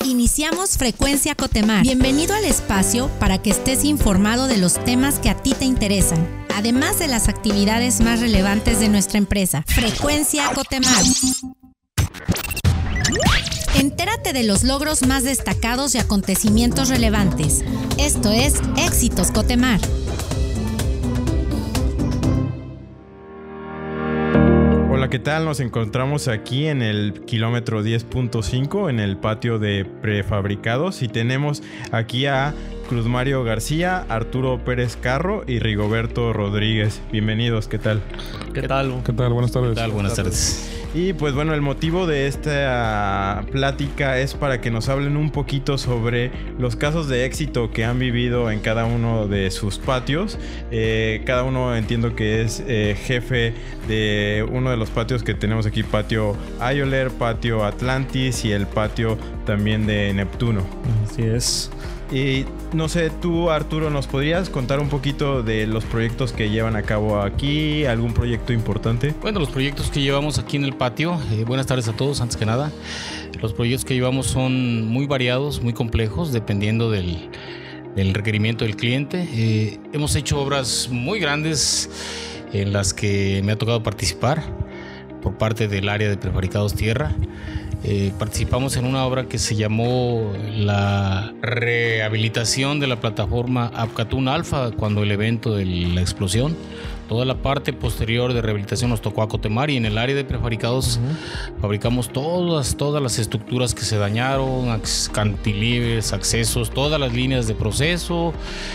Iniciamos Frecuencia Cotemar. Bienvenido al espacio para que estés informado de los temas que a ti te interesan, además de las actividades más relevantes de nuestra empresa. Frecuencia Cotemar. Entérate de los logros más destacados y acontecimientos relevantes. Esto es Éxitos Cotemar. Hola, ¿qué tal? Nos encontramos aquí en el kilómetro 10.5 en el patio de prefabricados y tenemos aquí a Cruz Mario García, Arturo Pérez Carro y Rigoberto Rodríguez. Bienvenidos, ¿qué tal? ¿Qué tal? ¿Qué tal? Buenas tardes. ¿Qué tal? Buenas tardes. Y pues bueno, el motivo de esta plática es para que nos hablen un poquito sobre los casos de éxito que han vivido en cada uno de sus patios. Cada uno entiendo que es jefe de uno de los patios que tenemos aquí, patio Ayoler, patio Atlantis y el patio también de Neptuno. Así es. Y no sé, tú, Arturo, ¿nos podrías contar un poquito de los proyectos que llevan a cabo aquí? ¿Algún proyecto importante? Bueno, los proyectos que llevamos aquí en el patio, buenas tardes a todos, antes que nada. Los proyectos que llevamos son muy variados, muy complejos, dependiendo del requerimiento del cliente. Hemos hecho obras muy grandes en las que me ha tocado participar por parte del área de prefabricados tierra. Participamos en una obra que se llamó la rehabilitación de la plataforma Apcatún Alfa cuando el evento de la explosión. Toda la parte posterior de rehabilitación nos tocó a Cotemar y en el área de prefabricados fabricamos todas las estructuras que se dañaron, cantilevers, accesos, todas las líneas de proceso.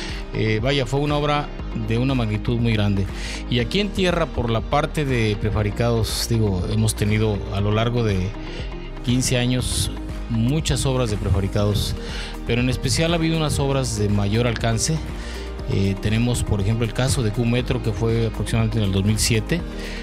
Fue una obra de una magnitud muy grande. Y aquí en tierra, por la parte de prefabricados, hemos tenido a lo largo de 15 años muchas obras de prefabricados, pero en especial ha habido unas obras de mayor alcance. Tenemos, por ejemplo, el caso de Q-Metro, que fue aproximadamente en el 2007.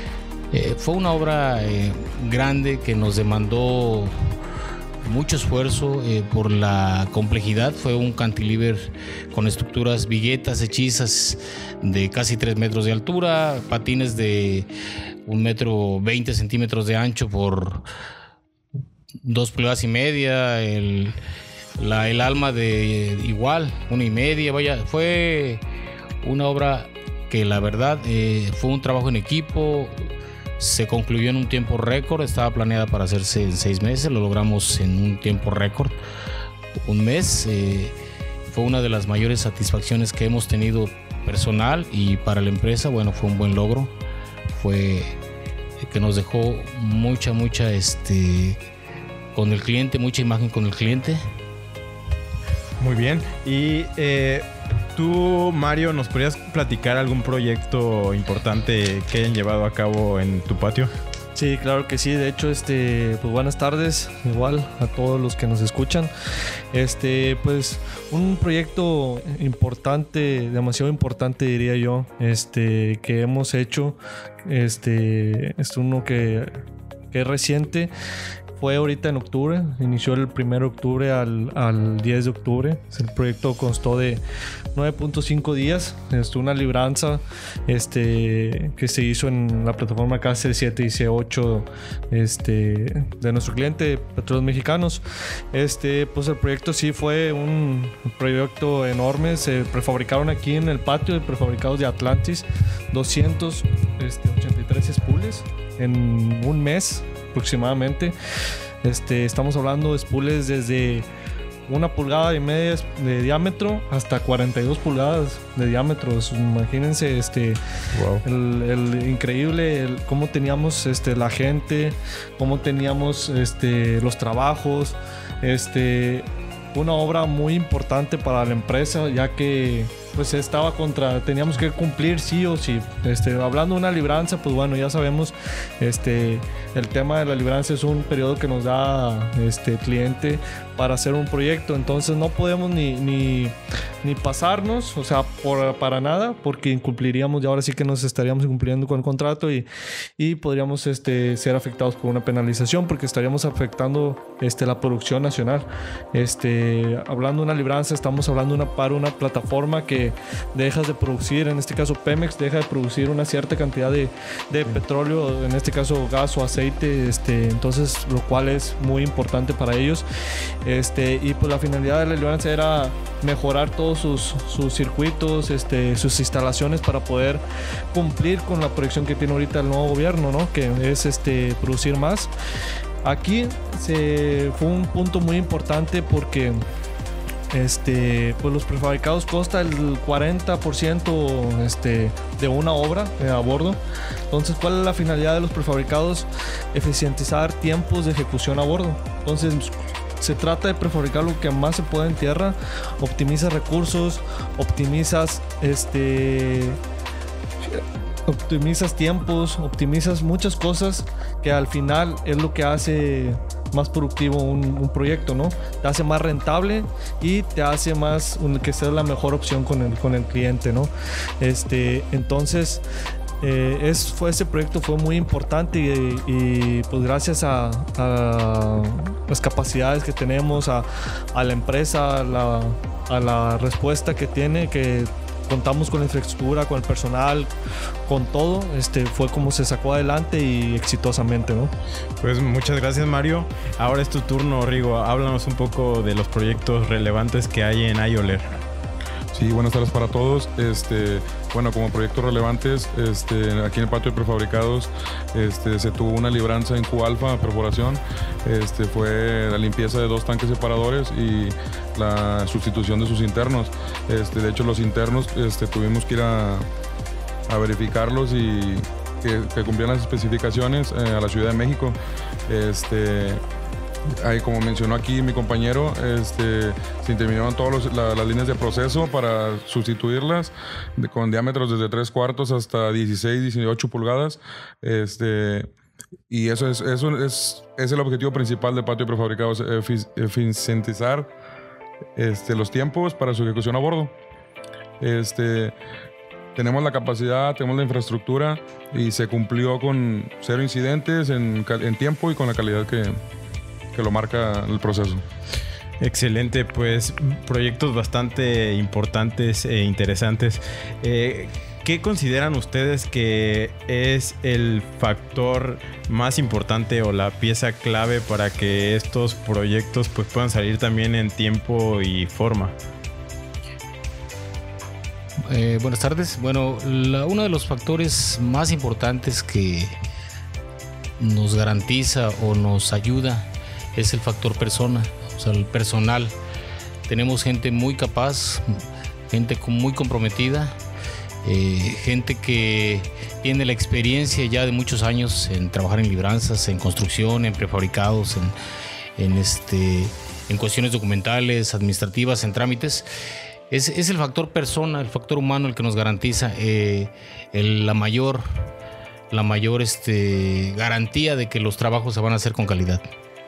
Fue una obra grande que nos demandó mucho esfuerzo por la complejidad. Fue un cantilever con estructuras, viguetas hechizas de casi 3 metros de altura, patines de 1,20 metros de ancho por 2,5 pulgadas, el alma de igual 1,5. Fue una obra que la verdad fue un trabajo en equipo. Se concluyó en un tiempo récord, estaba planeada para hacerse en 6 meses, lo logramos en un tiempo récord, un mes. Fue una de las mayores satisfacciones que hemos tenido personal y para la empresa. Bueno, fue un buen logro, fue que nos dejó mucha con el cliente, mucha imagen con el cliente. Muy bien. Y tú, Mario, ¿nos podrías platicar algún proyecto importante que hayan llevado a cabo en tu patio? Sí, claro que sí. De hecho, pues buenas tardes, igual a todos los que nos escuchan. Pues un proyecto importante, demasiado importante diría yo, que hemos hecho, es uno que es reciente. Fue ahorita en octubre, inició el 1 de octubre al 10 de octubre. El proyecto constó de 9.5 días. Una libranza que se hizo en la plataforma KC7 y C8 de nuestro cliente, Petróleos Mexicanos. Pues el proyecto sí fue un proyecto enorme. Se prefabricaron aquí en el patio de prefabricados de Atlantis 283 spools en un mes aproximadamente. Estamos hablando de spools desde 1,5 pulgadas de diámetro hasta 42 pulgadas de diámetro. Imagínense wow. el increíble cómo teníamos la gente, cómo teníamos los trabajos. Una obra muy importante para la empresa, ya que pues teníamos que cumplir sí o sí. Hablando de una libranza, pues bueno, ya sabemos, el tema de la libranza es un periodo que nos da cliente para hacer un proyecto. Entonces no podemos ni pasarnos, o sea, para nada, porque incumpliríamos, y ahora sí que nos estaríamos incumpliendo con el contrato y podríamos ser afectados por una penalización, porque estaríamos afectando la producción nacional. Hablando de una libranza, estamos hablando para una plataforma que que dejas de producir, en este caso Pemex deja de producir una cierta cantidad de petróleo, en este caso gas o aceite, entonces lo cual es muy importante para ellos, y pues la finalidad de la libranza era mejorar todos sus circuitos, sus instalaciones para poder cumplir con la proyección que tiene ahorita el nuevo gobierno, ¿no? Que es producir más. Aquí fue un punto muy importante porque pues los prefabricados cuesta el 40% de una obra a bordo. Entonces, ¿cuál es la finalidad de los prefabricados? Eficientizar tiempos de ejecución a bordo. Entonces, se trata de prefabricar lo que más se pueda en tierra, optimizas recursos, optimizas tiempos, optimizas muchas cosas que al final es lo que hace más productivo un proyecto, ¿no? Te hace más rentable y te hace más que sea la mejor opción con el cliente, ¿no? Entonces ese proyecto fue muy importante y pues gracias a las capacidades que tenemos, a la empresa, a la respuesta que tiene, que contamos con la infraestructura, con el personal, con todo, fue como se sacó adelante y exitosamente, ¿no? Pues muchas gracias, Mario. Ahora es tu turno, Rigo. Háblanos un poco de los proyectos relevantes que hay en IOLER. Sí, buenas tardes para todos. Bueno, como proyectos relevantes, aquí en el patio de prefabricados, se tuvo una libranza en Q-Alfa, perforación. Fue la limpieza de 2 tanques separadores y la sustitución de sus internos. De hecho, los internos tuvimos que ir a verificarlos y que cumplían las especificaciones a la Ciudad de México. Ahí, como mencionó aquí mi compañero, se terminaron todas las líneas de proceso para sustituirlas con diámetros desde 3/4 hasta 16, 18 pulgadas. Y eso es el objetivo principal del patio de prefabricados, eficientizar los tiempos para su ejecución a bordo. Tenemos la capacidad, tenemos la infraestructura y se cumplió con 0 incidentes en tiempo y con la calidad que lo marca el proceso. Excelente, pues proyectos bastante importantes e interesantes. ¿Qué consideran ustedes que es el factor más importante o la pieza clave para que estos proyectos pues puedan salir también en tiempo y forma? Buenas tardes. Bueno, uno de los factores más importantes que nos garantiza o nos ayuda es el factor persona, o sea, el personal. Tenemos gente muy capaz, gente muy comprometida, gente que tiene la experiencia ya de muchos años en trabajar en libranzas, en construcción, en prefabricados, en cuestiones documentales, administrativas, en trámites. Es el factor persona, el factor humano el que nos garantiza la mayor garantía de que los trabajos se van a hacer con calidad.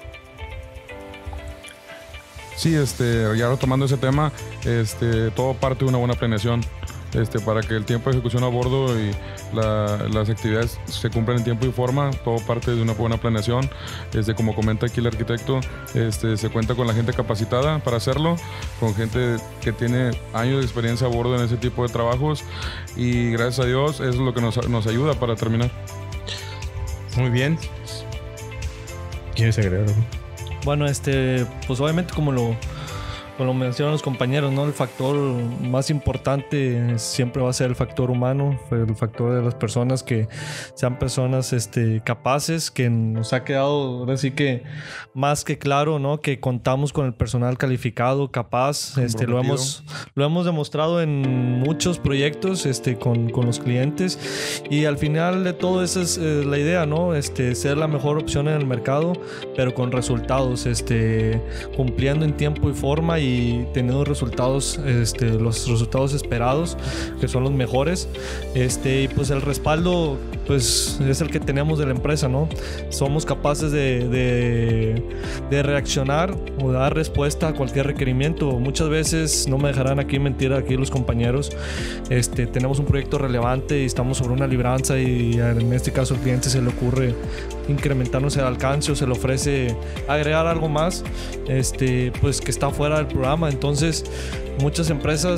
Sí, ya retomando ese tema, todo parte de una buena planeación. Para que el tiempo de ejecución a bordo y las actividades se cumplan en tiempo y forma, todo parte de una buena planeación. Como comenta aquí el arquitecto, se cuenta con la gente capacitada para hacerlo, con gente que tiene años de experiencia a bordo en ese tipo de trabajos y gracias a Dios es lo que nos ayuda para terminar. Muy bien. ¿Quieres agregar algo? Bueno, pues obviamente como lo mencionan los compañeros, ¿no? El factor más importante siempre va a ser el factor humano, el factor de las personas, que sean personas capaces, que nos ha quedado ahora sí que más que claro, ¿no? Que contamos con el personal calificado, capaz, lo hemos demostrado en muchos proyectos con los clientes y al final de todo esa es la idea, ¿no? Ser la mejor opción en el mercado, pero con resultados, cumpliendo en tiempo y forma y teniendo resultados, los resultados esperados, que son los mejores, y pues el respaldo pues es el que tenemos de la empresa, ¿no? Somos capaces de reaccionar o dar respuesta a cualquier requerimiento. Muchas veces, no me dejarán aquí mentir aquí los compañeros, tenemos un proyecto relevante y estamos sobre una libranza y en este caso al cliente se le ocurre incrementarnos el alcance o se le ofrece agregar algo más, pues que está fuera del programa. Entonces muchas empresas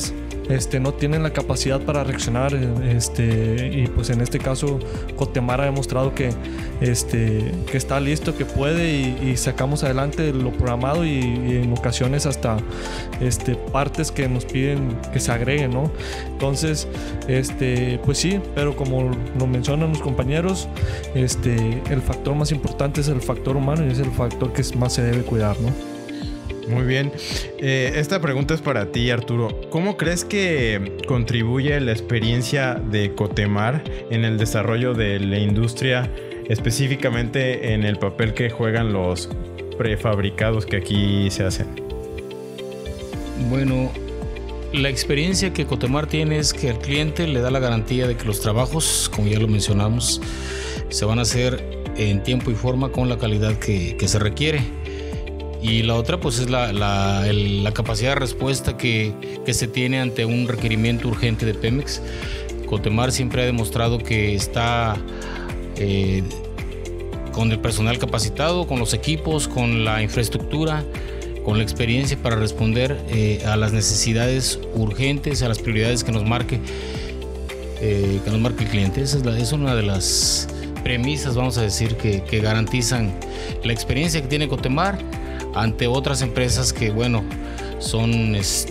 no tienen la capacidad para reaccionar, y pues en este caso Cotemar ha demostrado que está listo, que puede, y sacamos adelante lo programado, y en ocasiones hasta partes que nos piden que se agreguen, ¿no? Entonces, pues sí, pero como lo mencionan los compañeros, el factor más importante es el factor humano, y es el factor que más se debe cuidar, ¿no? Muy bien. Esta pregunta es para ti, Arturo. ¿Cómo crees que contribuye la experiencia de Cotemar en el desarrollo de la industria, específicamente en el papel que juegan los prefabricados que aquí se hacen? Bueno, la experiencia que Cotemar tiene es que al cliente le da la garantía de que los trabajos, como ya lo mencionamos, se van a hacer en tiempo y forma con la calidad que se requiere. Y la otra pues es la capacidad de respuesta que se tiene ante un requerimiento urgente de Pemex. Cotemar siempre ha demostrado que está con el personal capacitado, con los equipos, con la infraestructura, con la experiencia para responder a las necesidades urgentes, a las prioridades que nos marque el cliente. Esa es una de las premisas, vamos a decir, que garantizan la experiencia que tiene Cotemar ante otras empresas que, bueno, son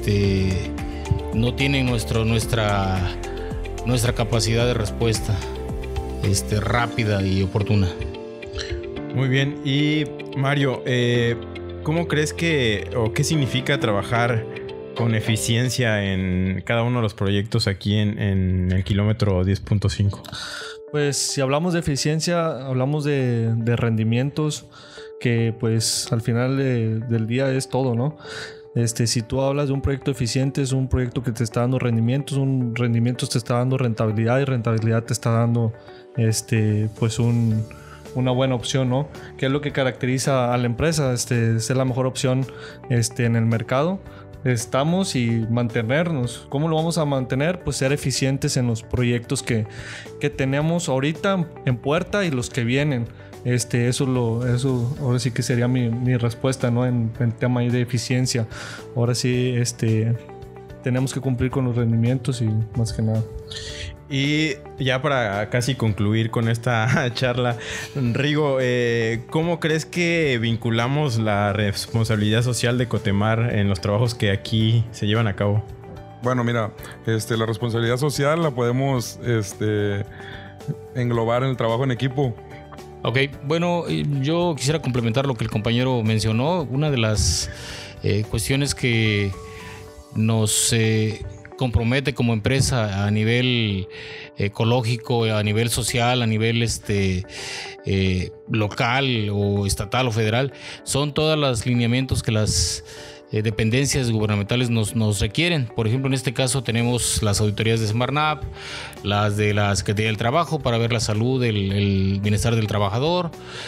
no tienen nuestra capacidad de respuesta rápida y oportuna. Muy bien. Y Mario, ¿cómo crees qué significa trabajar con eficiencia en cada uno de los proyectos aquí en el kilómetro 10.5? Pues si hablamos de eficiencia, hablamos de rendimientos, que pues al final del día es todo, ¿no? Si tú hablas de un proyecto eficiente, es un proyecto que te está dando rendimientos, un rendimiento te está dando rentabilidad, y rentabilidad te está dando pues una buena opción, ¿no? ¿Qué es lo que caracteriza a la empresa? Ser la mejor opción en el mercado. Estamos, y mantenernos. ¿Cómo lo vamos a mantener? Pues ser eficientes en los proyectos que tenemos ahorita en puerta y los que vienen. Eso ahora sí que sería mi respuesta, ¿no? En tema ahí de eficiencia. Ahora sí, tenemos que cumplir con los rendimientos, y más que nada. Y ya para casi concluir con esta charla, Rigo, ¿cómo crees que vinculamos la responsabilidad social de Cotemar en los trabajos que aquí se llevan a cabo? Bueno, mira, la responsabilidad social la podemos englobar en el trabajo en equipo. Ok, bueno, yo quisiera complementar lo que el compañero mencionó. Una de las cuestiones que nos compromete como empresa a nivel ecológico, a nivel social, a nivel local o estatal o federal, son todos los lineamientos que las dependencias gubernamentales nos requieren. Por ejemplo, en este caso tenemos las auditorías de Semarnat, las de la Secretaría del Trabajo para ver la salud, el bienestar del trabajador,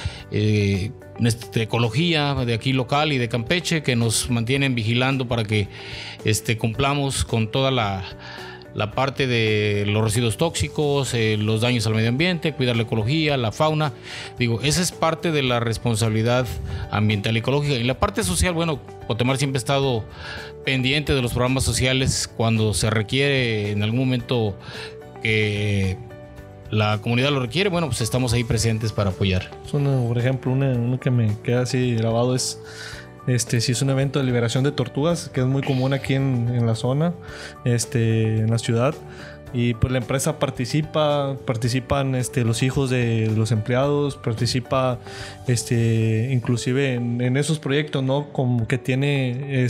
ecología de aquí local y de Campeche, que nos mantienen vigilando para que cumplamos con toda la parte de los residuos tóxicos, los daños al medio ambiente, cuidar la ecología, la fauna. Digo, esa es parte de la responsabilidad ambiental y ecológica. Y la parte social, bueno, Cotemar siempre ha estado pendiente de los programas sociales cuando se requiere en algún momento que la comunidad lo requiere. Bueno, pues estamos ahí presentes para apoyar. Por ejemplo, uno que me queda así grabado es si es un evento de liberación de tortugas, que es muy común aquí en la zona, en la ciudad, y pues la empresa participan los hijos de los empleados, participa inclusive en esos proyectos, ¿no? Como que tiene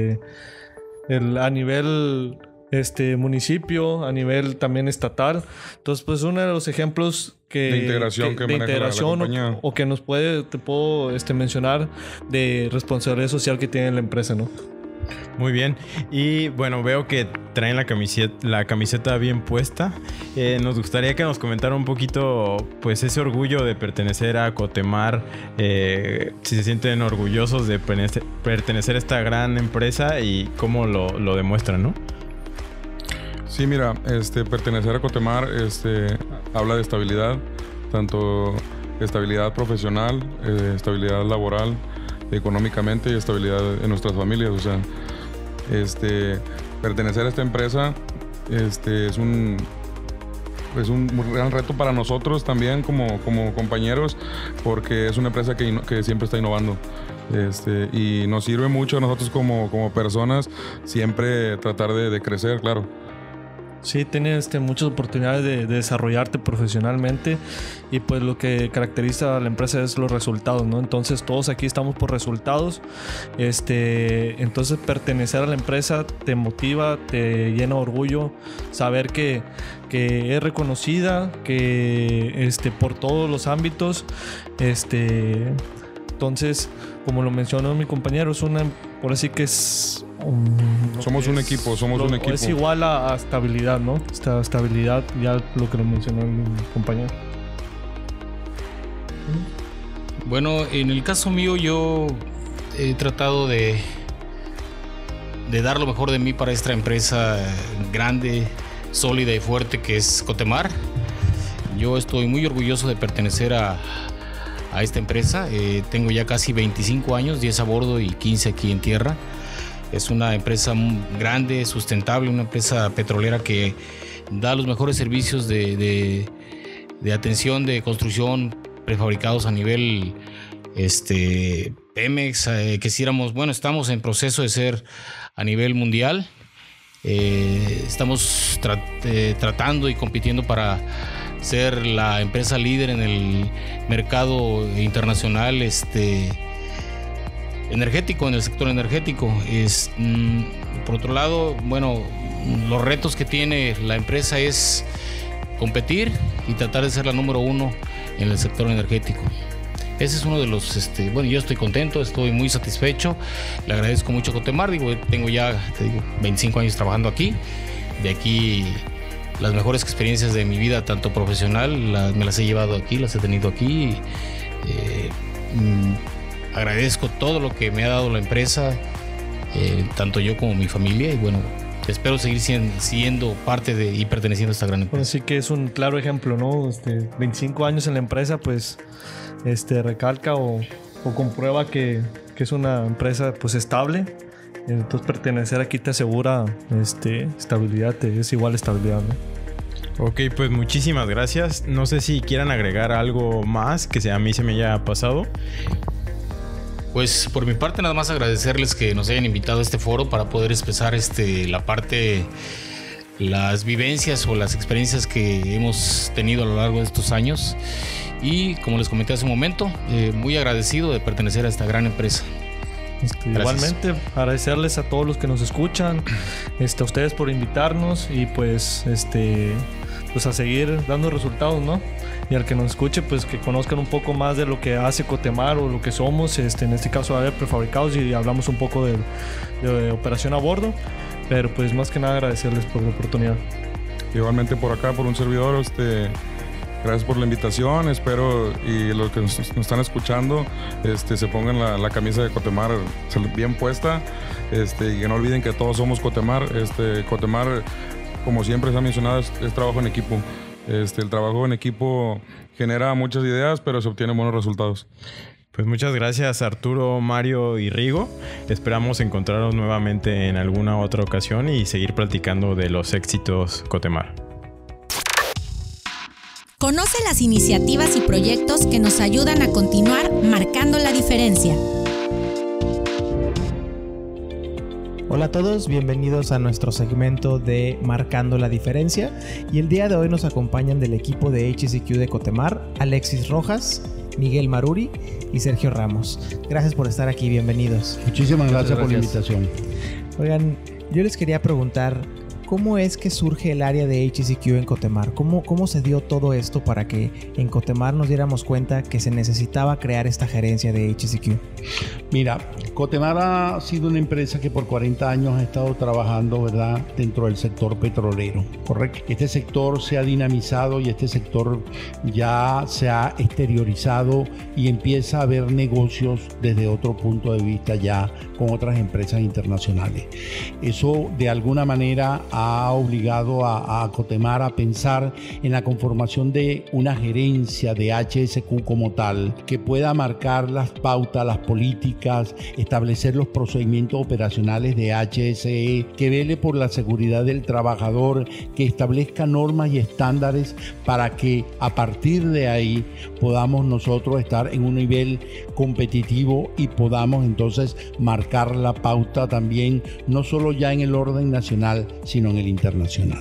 a nivel municipio, a nivel también estatal. Entonces, pues uno de los ejemplos de integración la compañía, o que te puedo mencionar de responsabilidad social que tiene la empresa, ¿no? Muy bien. Y bueno, veo que traen la camiseta bien puesta. Nos gustaría que nos comentara un poquito, pues, ese orgullo de pertenecer a Cotemar, si se sienten orgullosos de pertenecer a esta gran empresa y cómo lo demuestran, ¿no? Sí, mira, pertenecer a Cotemar habla de estabilidad, tanto estabilidad profesional, estabilidad laboral, económicamente, y estabilidad en nuestras familias. O sea, pertenecer a esta empresa es un gran reto para nosotros también como compañeros, porque es una empresa que siempre está innovando. Y nos sirve mucho a nosotros como personas siempre tratar de crecer, claro. Sí, tienes muchas oportunidades de desarrollarte profesionalmente, y pues lo que caracteriza a la empresa es los resultados, ¿no? Entonces todos aquí estamos por resultados. Entonces pertenecer a la empresa te motiva, te llena de orgullo, saber que es reconocida, que por todos los ámbitos. Entonces, como lo mencionó mi compañero, por así que es somos un equipo. Es igual a estabilidad, ¿no? Esta estabilidad, ya lo que lo mencionó mi compañero. Bueno, en el caso mío, yo he tratado de dar lo mejor de mí para esta empresa grande, sólida y fuerte que es Cotemar. Yo estoy muy orgulloso de pertenecer a esta empresa. Tengo ya casi 25 años, 10 a bordo y 15 aquí en tierra. Es una empresa grande, sustentable, una empresa petrolera que da los mejores servicios de atención de construcción prefabricados a nivel Pemex. Estamos en proceso de ser a nivel mundial. Estamos tratando y compitiendo para ser la empresa líder en el mercado internacional energético, en el sector energético. Por otro lado, los retos que tiene la empresa es competir y tratar de ser la número 1 en el sector energético. Ese es uno de los, yo estoy contento, estoy muy satisfecho, le agradezco mucho a Cotemar. Tengo ya, 25 años trabajando aquí. De aquí las mejores experiencias de mi vida, tanto profesional, me las he llevado aquí, las he tenido aquí. Agradezco todo lo que me ha dado la empresa, tanto yo como mi familia, y espero seguir siendo parte y perteneciendo a esta gran empresa. Así que es un claro ejemplo, ¿no? 25 años en la empresa, pues recalca o comprueba que es una empresa pues estable. Entonces pertenecer aquí te asegura estabilidad, es igual estabilidad, ¿no? Ok, pues muchísimas gracias. No sé si quieran agregar algo más que a mí se me haya pasado. Pues por mi parte nada más agradecerles que nos hayan invitado a este foro para poder expresar las vivencias o las experiencias que hemos tenido a lo largo de estos años, y como les comenté hace un momento, muy agradecido de pertenecer a esta gran empresa. Igualmente agradecerles a todos los que nos escuchan, a ustedes por invitarnos, y pues a seguir dando resultados, ¿no? Y al que nos escuche, pues que conozcan un poco más de lo que hace Cotemar o lo que somos, en este caso a ver, prefabricados, y hablamos un poco de operación a bordo, pero pues más que nada agradecerles por la oportunidad. Igualmente por acá, por un servidor, gracias por la invitación. Espero y los que nos están escuchando se pongan la camisa de Cotemar bien puesta, y que no olviden que todos somos Cotemar. Cotemar, como siempre se ha mencionado, es trabajo en equipo. El trabajo en equipo genera muchas ideas, pero se obtienen buenos resultados. Pues muchas gracias, Arturo, Mario y Rigo. Esperamos encontrarnos nuevamente en alguna otra ocasión y seguir platicando de los éxitos Cotemar. Conoce las iniciativas y proyectos que nos ayudan a continuar marcando la diferencia. Hola a todos, bienvenidos a nuestro segmento de Marcando la Diferencia, y el día de hoy nos acompañan del equipo de HSEQ de Cotemar, Alexis Rojas, Miguel Maruri y Sergio Ramos. Gracias por estar aquí, bienvenidos. Muchísimas gracias por la invitación. Oigan, yo les quería preguntar, ¿cómo es que surge el área de HSEQ en Cotemar? ¿Cómo se dio todo esto para que en Cotemar nos diéramos cuenta que se necesitaba crear esta gerencia de HSEQ? Mira, Cotemar ha sido una empresa que por 40 años ha estado trabajando, ¿verdad?, dentro del sector petrolero, ¿correcto? Este sector se ha dinamizado y este sector ya se ha exteriorizado y empieza a ver negocios desde otro punto de vista ya con otras empresas internacionales. Eso de alguna manera ha obligado a Cotemar a pensar en la conformación de una gerencia de HSQ como tal, que pueda marcar las pautas, las políticas, establecer los procedimientos operacionales de HSE, que vele por la seguridad del trabajador, que establezca normas y estándares para que a partir de ahí podamos nosotros estar en un nivel competitivo y podamos entonces marcar la pauta también, no solo ya en el orden nacional, sino en el internacional.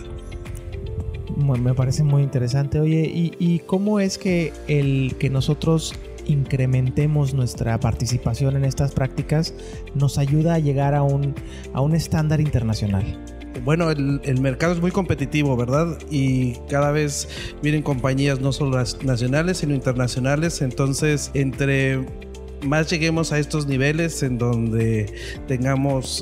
Me parece muy interesante. Oye, ¿y cómo es que que nosotros incrementemos nuestra participación en estas prácticas nos ayuda a llegar a un estándar internacional? Bueno, el mercado es muy competitivo, ¿verdad? Y cada vez vienen compañías no solo nacionales, sino internacionales. Entonces, entre más lleguemos a estos niveles en donde tengamos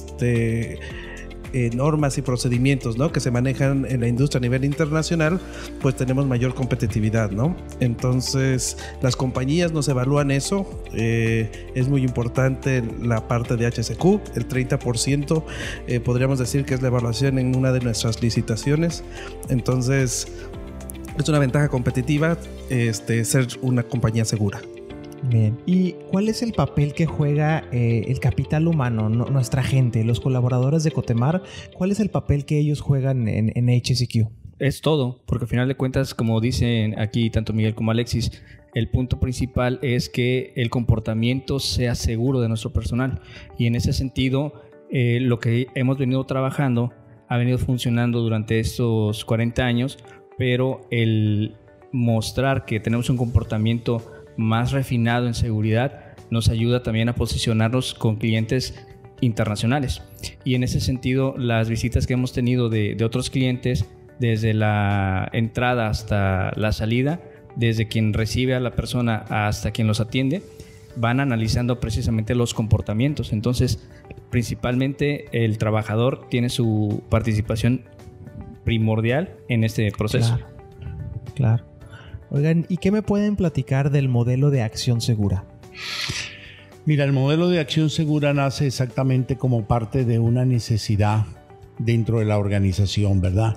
normas y procedimientos, ¿no?, que se manejan en la industria a nivel internacional, pues tenemos mayor competitividad, ¿no? Entonces las compañías nos evalúan eso. Es muy importante la parte de HSQ, el 30% podríamos decir que es la evaluación en una de nuestras licitaciones. Entonces es una ventaja competitiva ser una compañía segura. Bien. ¿Y cuál es el papel que juega el capital humano, nuestra gente, los colaboradores de Cotemar? ¿Cuál es el papel que ellos juegan en HSQ? Es todo, porque al final de cuentas, como dicen aquí tanto Miguel como Alexis, el punto principal es que el comportamiento sea seguro de nuestro personal. Y en ese sentido, lo que hemos venido trabajando ha venido funcionando durante estos 40 años, pero el mostrar que tenemos un comportamiento más refinado en seguridad nos ayuda también a posicionarnos con clientes internacionales. Y en ese sentido, las visitas que hemos tenido de otros clientes, desde la entrada hasta la salida, desde quien recibe a la persona hasta quien los atiende, van analizando precisamente los comportamientos. Entonces, principalmente el trabajador tiene su participación primordial en este proceso. Claro. Oigan, ¿y qué me pueden platicar del modelo de acción segura? Mira, el modelo de acción segura nace exactamente como parte de una necesidad dentro de la organización, ¿verdad?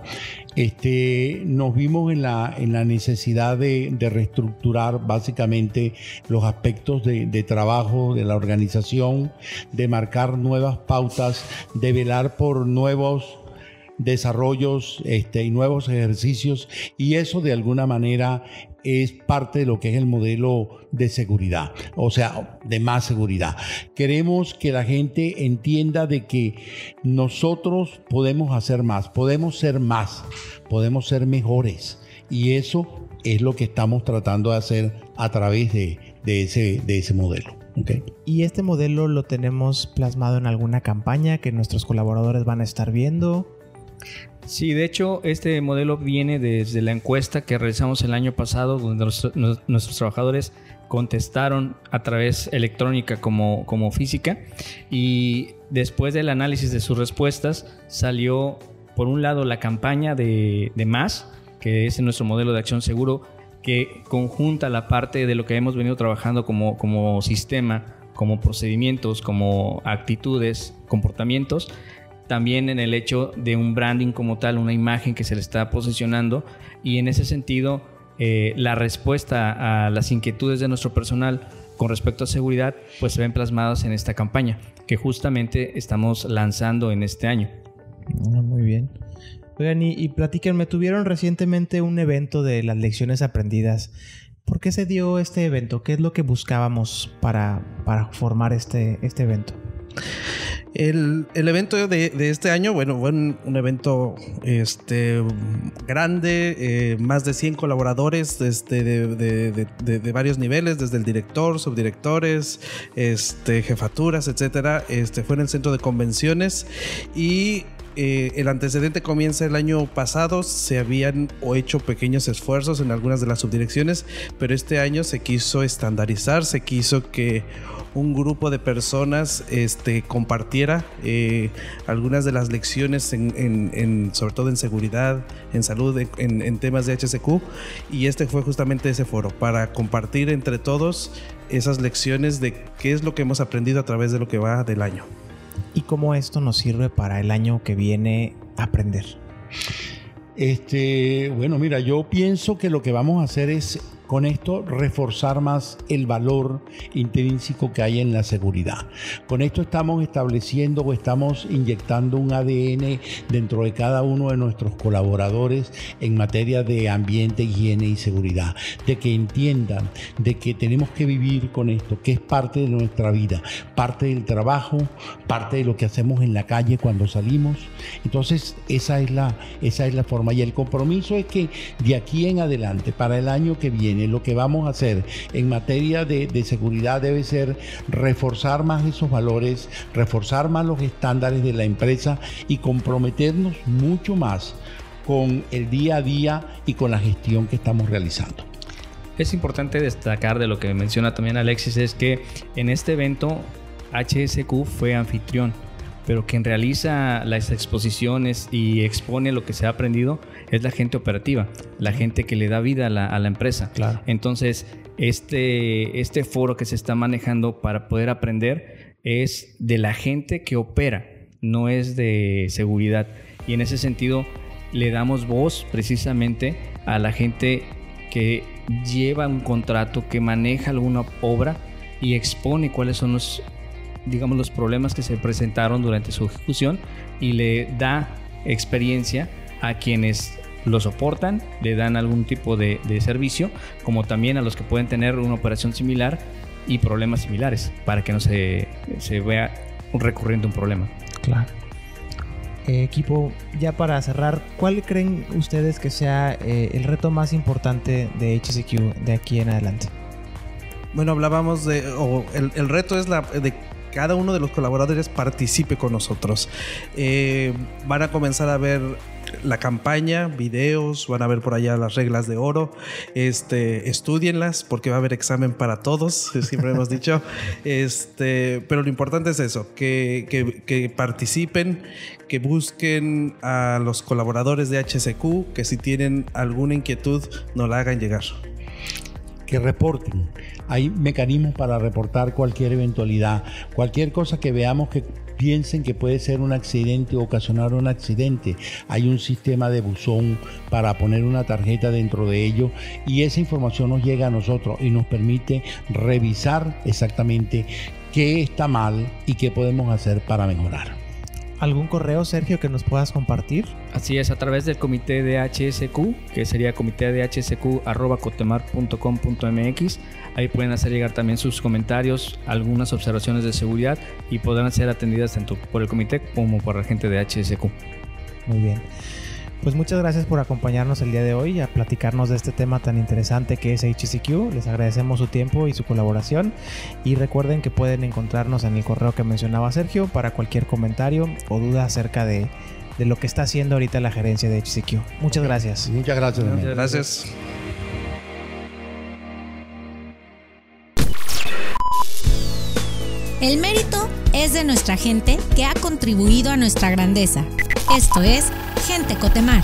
Nos vimos en la necesidad de reestructurar básicamente los aspectos de trabajo de la organización, de marcar nuevas pautas, de velar por nuevos desarrollos y nuevos ejercicios, y eso de alguna manera es parte de lo que es el modelo de seguridad, o sea, de más seguridad. Queremos que la gente entienda de que nosotros podemos hacer más, podemos ser mejores, y eso es lo que estamos tratando de hacer a través de ese modelo. Okay. ¿Y este modelo lo tenemos plasmado en alguna campaña que nuestros colaboradores van a estar viendo? Sí, de hecho, este modelo viene desde la encuesta que realizamos el año pasado, donde nuestros trabajadores contestaron a través electrónica como física, y después del análisis de sus respuestas salió, por un lado, la campaña de MAS, que es nuestro modelo de acción seguro, que conjunta la parte de lo que hemos venido trabajando como sistema, como procedimientos, como actitudes, comportamientos, también en el hecho de un branding como tal, una imagen que se le está posicionando, y en ese sentido la respuesta a las inquietudes de nuestro personal con respecto a seguridad pues se ven plasmadas en esta campaña que justamente estamos lanzando en este año. Muy bien. Oigan, y platíquenme, tuvieron recientemente un evento de las lecciones aprendidas. ¿Por qué se dio este evento? ¿Qué es lo que buscábamos para formar este evento? El evento de este año, bueno, fue un evento grande, más de 100 colaboradores de varios niveles, desde el director, subdirectores, jefaturas, etcétera. Fue en el centro de convenciones, y el antecedente comienza el año pasado. Se habían hecho pequeños esfuerzos en algunas de las subdirecciones, pero este año se quiso estandarizar, se quiso que un grupo de personas compartiera algunas de las lecciones sobre todo en seguridad, en salud, en temas de HSQ, y fue justamente ese foro para compartir entre todos esas lecciones de qué es lo que hemos aprendido a través de lo que va del año. ¿Y cómo esto nos sirve para el año que viene aprender? Bueno, mira, yo pienso que lo que vamos a hacer es con esto reforzar más el valor intrínseco que hay en la seguridad. Con esto estamos estableciendo o estamos inyectando un ADN dentro de cada uno de nuestros colaboradores en materia de ambiente, higiene y seguridad, de que entiendan de que tenemos que vivir con esto, que es parte de nuestra vida, parte del trabajo, parte de lo que hacemos en la calle cuando salimos. Entonces esa es la forma, y el compromiso es que de aquí en adelante, para el año que viene, lo que vamos a hacer en materia de seguridad debe ser reforzar más esos valores, reforzar más los estándares de la empresa y comprometernos mucho más con el día a día y con la gestión que estamos realizando. Es importante destacar de lo que menciona también Alexis, es que en este evento HSQ fue anfitrión, pero quien realiza las exposiciones y expone lo que se ha aprendido es la gente operativa, la gente que le da vida a la empresa. Claro. Entonces, este foro que se está manejando para poder aprender es de la gente que opera, no es de seguridad. Y en ese sentido, le damos voz precisamente a la gente que lleva un contrato, que maneja alguna obra y expone cuáles son los problemas que se presentaron durante su ejecución, y le da experiencia a quienes lo soportan, le dan algún tipo de servicio, como también a los que pueden tener una operación similar y problemas similares, para que no se vea recurriendo un problema. Claro. Equipo, ya para cerrar, ¿cuál creen ustedes que sea el reto más importante de HSQ de aquí en adelante? Bueno, hablábamos el reto es de cada uno de los colaboradores participe con nosotros. Van a comenzar a ver la campaña, videos, van a ver por allá las reglas de oro. Estudienlas porque va a haber examen para todos, siempre hemos dicho. Pero lo importante es eso, que participen, que busquen a los colaboradores de HSQ, que si tienen alguna inquietud nos la hagan llegar. Que reporten. Hay mecanismos para reportar cualquier eventualidad, cualquier cosa que veamos que piensen que puede ser un accidente o ocasionar un accidente. Hay un sistema de buzón para poner una tarjeta dentro de ello, y esa información nos llega a nosotros y nos permite revisar exactamente qué está mal y qué podemos hacer para mejorar. ¿Algún correo, Sergio, que nos puedas compartir? Así es, a través del comité de HSQ, que sería comitedhsq@cotemar.com.mx. Ahí pueden hacer llegar también sus comentarios, algunas observaciones de seguridad, y podrán ser atendidas tanto por el comité como por la gente de HSQ. Muy bien. Pues muchas gracias por acompañarnos el día de hoy a platicarnos de este tema tan interesante que es HSQ. Les agradecemos su tiempo y su colaboración, y recuerden que pueden encontrarnos en el correo que mencionaba Sergio para cualquier comentario o duda acerca de lo que está haciendo ahorita la gerencia de HSQ. Muchas gracias. Muchas gracias. Muchas gracias. El mérito es de nuestra gente que ha contribuido a nuestra grandeza. Esto es Gente Cotemar.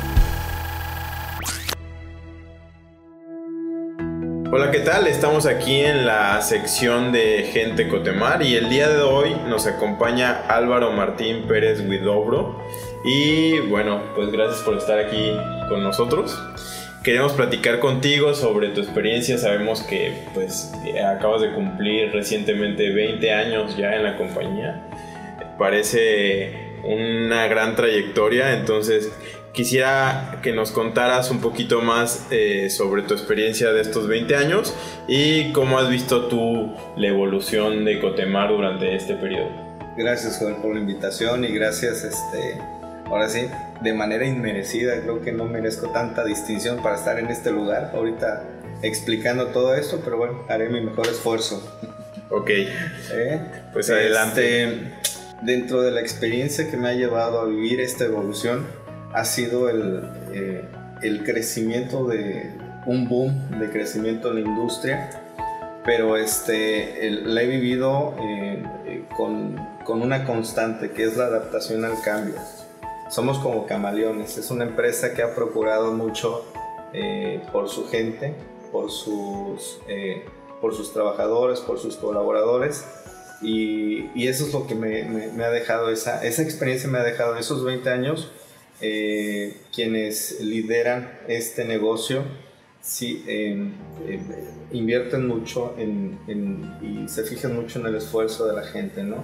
Hola, ¿qué tal? Estamos aquí en la sección de Gente Cotemar y el día de hoy nos acompaña Álvaro Martín Pérez Huidobro. Y bueno, pues gracias por estar aquí con nosotros. Queremos platicar contigo sobre tu experiencia. Sabemos que pues acabas de cumplir recientemente 20 años ya en la compañía. Parece una gran trayectoria, entonces quisiera que nos contaras un poquito más sobre tu experiencia de estos 20 años y cómo has visto tú la evolución de Cotemar durante este periodo. Gracias, Joel, por la invitación, y gracias, ahora sí, de manera inmerecida. Creo que no merezco tanta distinción para estar en este lugar ahorita explicando todo esto, pero bueno, haré mi mejor esfuerzo. Ok, pues adelante. Dentro de la experiencia que me ha llevado a vivir esta evolución ha sido el crecimiento de un boom de crecimiento en la industria, pero la he vivido con una constante, que es la adaptación al cambio. Somos como camaleones. Es una empresa que ha procurado mucho por su gente, por sus trabajadores, por sus colaboradores, Y eso es lo que me ha dejado, esa experiencia me ha dejado esos 20 años. Quienes lideran este negocio sí, invierten mucho y se fijan mucho en el esfuerzo de la gente, ¿no?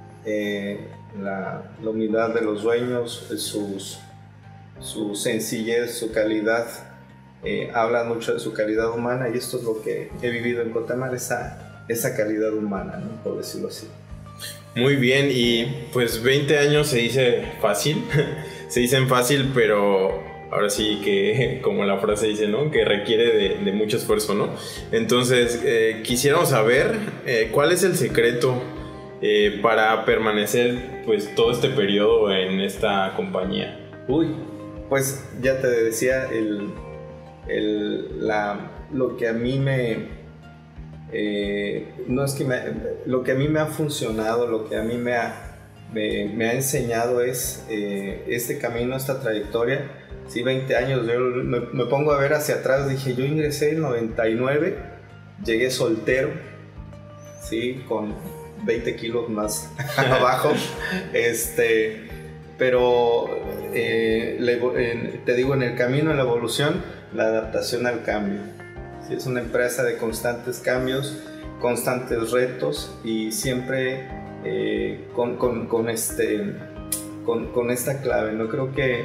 La humildad de los dueños, su sencillez, su calidad, hablan mucho de su calidad humana, y esto es lo que he vivido en Cotemar, esa calidad humana, ¿no? Por decirlo así. Muy bien, y pues 20 años se dice fácil, se dicen fácil, pero ahora sí que, como la frase dice, ¿no? Que requiere de mucho esfuerzo, ¿no? Entonces, quisiéramos saber cuál es el secreto para permanecer pues todo este periodo en esta compañía. Pues ya te decía, lo que a mí lo que a mí me ha funcionado, lo que a mí me ha enseñado es este camino, esta trayectoria. Sí, 20 años, yo me pongo a ver hacia atrás, dije, yo ingresé en 99, llegué soltero, sí, con 20 kilos más abajo, pero te digo, en el camino, en la evolución, la adaptación al cambio. Sí, es una empresa de constantes cambios, constantes retos, y siempre con esta clave, ¿no? Creo que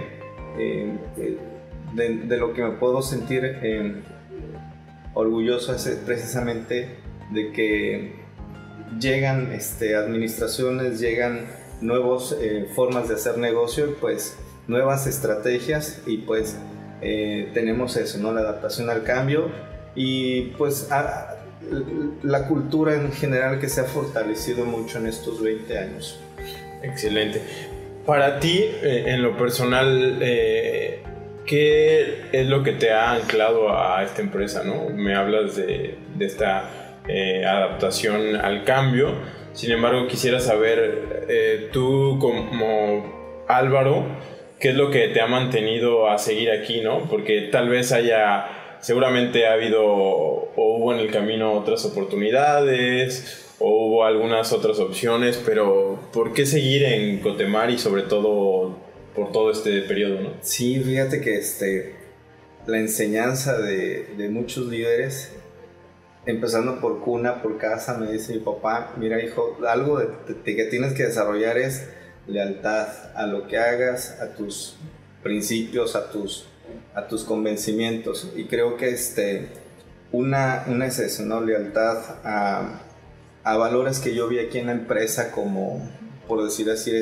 de lo que me puedo sentir orgulloso es precisamente de que llegan administraciones, llegan nuevas formas de hacer negocio, y pues nuevas estrategias, y pues tenemos eso, ¿no? La adaptación al cambio, y pues la cultura en general que se ha fortalecido mucho en estos 20 años. Excelente. Para ti, en lo personal, ¿qué es lo que te ha anclado a esta empresa, ¿no? Me hablas de esta adaptación al cambio. Sin embargo, quisiera saber, tú como Álvaro, ¿qué es lo que te ha mantenido a seguir aquí, ¿no? Porque tal vez seguramente ha habido o hubo en el camino otras oportunidades, o hubo algunas otras opciones, pero ¿por qué seguir en Cotemar, y sobre todo por todo este periodo, ¿no? Sí, fíjate que la enseñanza de muchos líderes, empezando por cuna, por casa, me dice mi papá, mira hijo, algo que tienes que desarrollar es lealtad a lo que hagas, a tus principios, a tus convencimientos. Y creo que una es eso, ¿no? Lealtad a valores que yo vi aquí en la empresa, como, por decir así,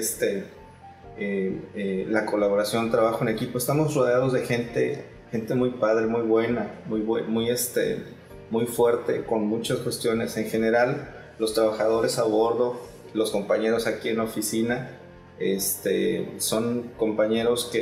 la colaboración, trabajo en equipo. Estamos rodeados de gente muy padre, muy buena, muy fuerte, con muchas cuestiones. En general, los trabajadores a bordo, los compañeros aquí en la oficina, son compañeros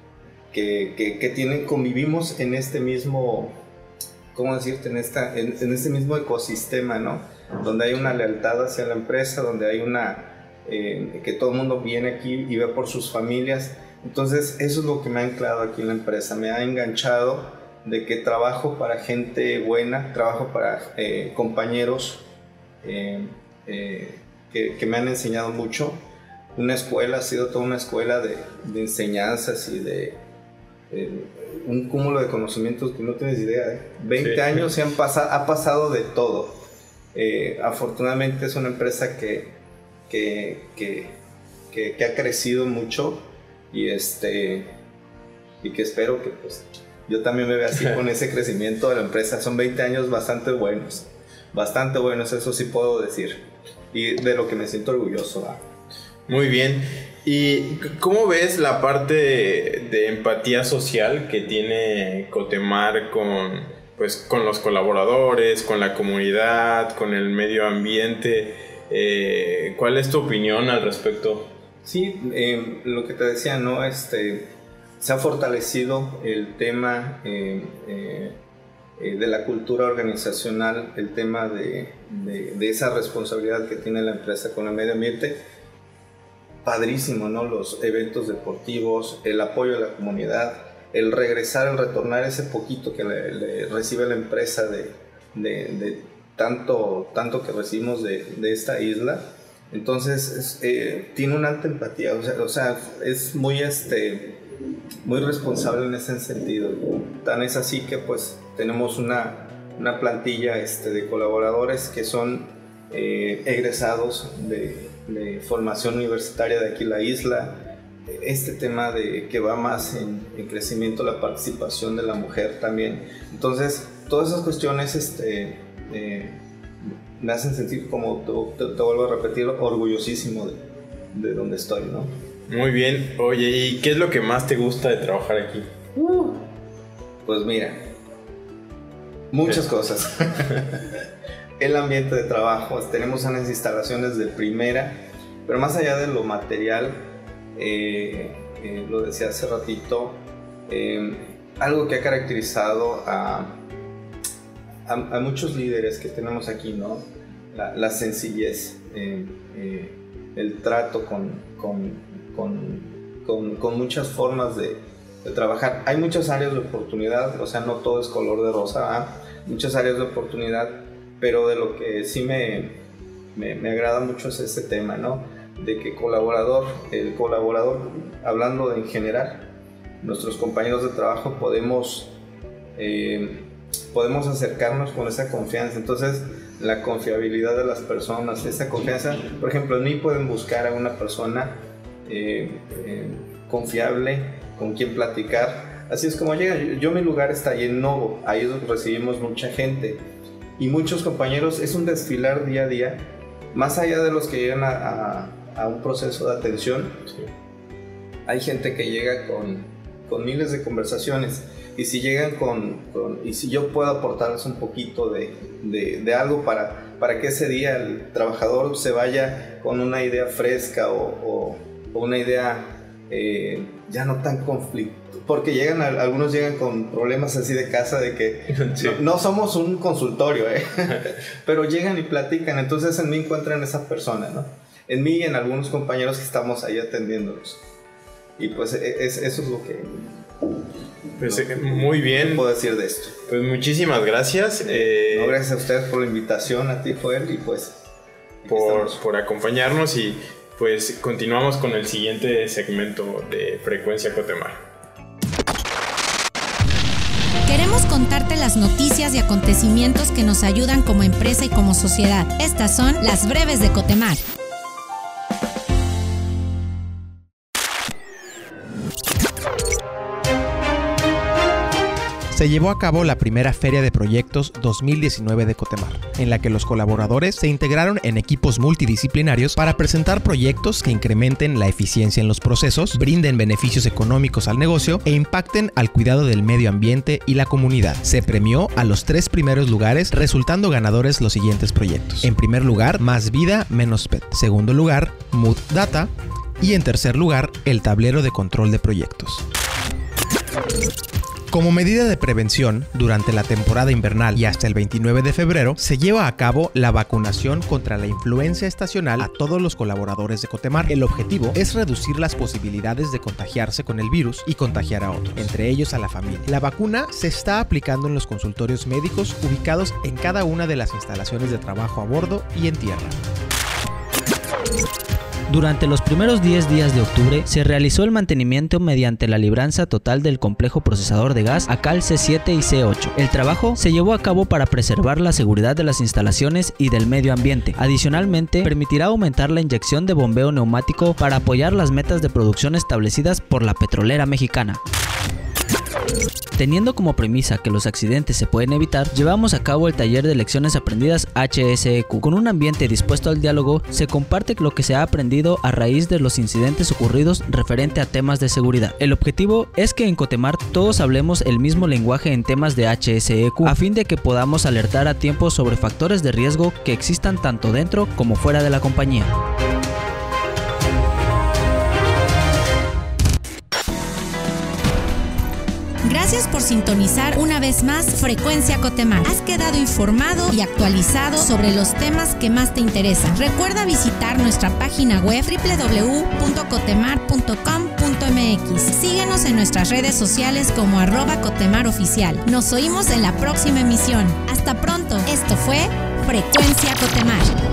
que convivimos en este mismo, ¿cómo decirte? En este mismo ecosistema, ¿no? Donde hay una lealtad hacia la empresa, donde hay que todo el mundo viene aquí y ve por sus familias. Entonces, eso es lo que me ha anclado aquí en la empresa, me ha enganchado, de que trabajo para gente buena, trabajo para compañeros que me han enseñado mucho. Una escuela, ha sido toda una escuela de enseñanzas y de un cúmulo de conocimientos que no tienes idea. 20 años ha pasado de todo. Afortunadamente es una empresa que ha crecido mucho, y que espero que pues yo también me vea así con ese crecimiento de la empresa. Son 20 años bastante buenos, eso sí puedo decir, y de lo que me siento orgulloso, ¿verdad? Muy bien. ¿Y cómo ves la parte de empatía social que tiene Cotemar con los colaboradores, con la comunidad, con el medio ambiente? ¿Cuál es tu opinión al respecto? Sí, lo que te decía, ¿no? Se ha fortalecido el tema de la cultura organizacional, el tema de esa responsabilidad que tiene la empresa con el medio ambiente. Padrísimo, ¿no? Los eventos deportivos, el apoyo a la comunidad, el retornar ese poquito que le recibe la empresa tanto que recibimos de esta isla. Entonces tiene una alta empatía, o sea es muy responsable en ese sentido. Tan es así que pues tenemos una plantilla de colaboradores que son egresados de formación universitaria de aquí la isla. Este tema de que va más en crecimiento la participación de la mujer también. Entonces todas esas cuestiones me hacen sentir, como te vuelvo a repetir, orgullosísimo de donde estoy, ¿no? Muy bien. Oye, ¿y qué es lo que más te gusta de trabajar aquí? Pues mira, muchas cosas. El ambiente de trabajo, tenemos unas instalaciones de primera, pero más allá de lo material, lo decía hace ratito, algo que ha caracterizado a muchos líderes que tenemos aquí, ¿no? La sencillez, el trato con muchas formas de trabajar. Hay muchas áreas de oportunidad, o sea, no todo es color de rosa, muchas áreas de oportunidad, pero de lo que sí me agrada mucho es este tema, ¿no? De que el colaborador, hablando en general, nuestros compañeros de trabajo podemos acercarnos con esa confianza. Entonces, la confiabilidad de las personas, esa confianza, por ejemplo, en mí pueden buscar a una persona confiable, con quien platicar. Así es como llega. Mi lugar está ahí en Novo, ahí recibimos mucha gente y muchos compañeros. Es un desfilar día a día, más allá de los que llegan a un proceso de atención. Sí. Hay gente que llega con miles de conversaciones. Y si llegan y si yo puedo aportarles un poquito de algo para que ese día el trabajador se vaya con una idea fresca o una idea ya no tan conflicto, porque algunos llegan con problemas así de casa, de que sí. no somos un consultorio, pero llegan y platican. Entonces en mí encuentran esa persona, ¿no? En mí y en algunos compañeros que estamos ahí atendiéndolos. Y pues eso es lo que... Pues muy bien. ¿Qué puedo decir de esto? Pues muchísimas gracias. No, gracias a ustedes por la invitación, a ti, Joel, y pues por acompañarnos, y pues continuamos con el siguiente segmento de Frecuencia Cotemar. Queremos contarte las noticias y acontecimientos que nos ayudan como empresa y como sociedad. Estas son las breves de Cotemar. Se llevó a cabo la primera Feria de Proyectos 2019 de Cotemar, en la que los colaboradores se integraron en equipos multidisciplinarios para presentar proyectos que incrementen la eficiencia en los procesos, brinden beneficios económicos al negocio e impacten al cuidado del medio ambiente y la comunidad. Se premió a los 3 primeros lugares, resultando ganadores los siguientes proyectos. En primer lugar, Más Vida, Menos PET. Segundo lugar, Mood Data. Y en tercer lugar, el tablero de control de proyectos. Como medida de prevención, durante la temporada invernal y hasta el 29 de febrero, se lleva a cabo la vacunación contra la influenza estacional a todos los colaboradores de Cotemar. El objetivo es reducir las posibilidades de contagiarse con el virus y contagiar a otros, entre ellos a la familia. La vacuna se está aplicando en los consultorios médicos ubicados en cada una de las instalaciones de trabajo a bordo y en tierra. Durante los primeros 10 días de octubre se realizó el mantenimiento mediante la libranza total del complejo procesador de gas ACAL C7 y C8. El trabajo se llevó a cabo para preservar la seguridad de las instalaciones y del medio ambiente. Adicionalmente, permitirá aumentar la inyección de bombeo neumático para apoyar las metas de producción establecidas por la petrolera mexicana. Teniendo como premisa que los accidentes se pueden evitar, llevamos a cabo el taller de lecciones aprendidas HSEQ. Con un ambiente dispuesto al diálogo, se comparte lo que se ha aprendido a raíz de los incidentes ocurridos referente a temas de seguridad. El objetivo es que en Cotemar todos hablemos el mismo lenguaje en temas de HSEQ, a fin de que podamos alertar a tiempo sobre factores de riesgo que existan tanto dentro como fuera de la compañía. Gracias por sintonizar una vez más Frecuencia Cotemar. Has quedado informado y actualizado sobre los temas que más te interesan. Recuerda visitar nuestra página web www.cotemar.com.mx. Síguenos en nuestras redes sociales como @CotemarOficial. Nos oímos en la próxima emisión. Hasta pronto. Esto fue Frecuencia Cotemar.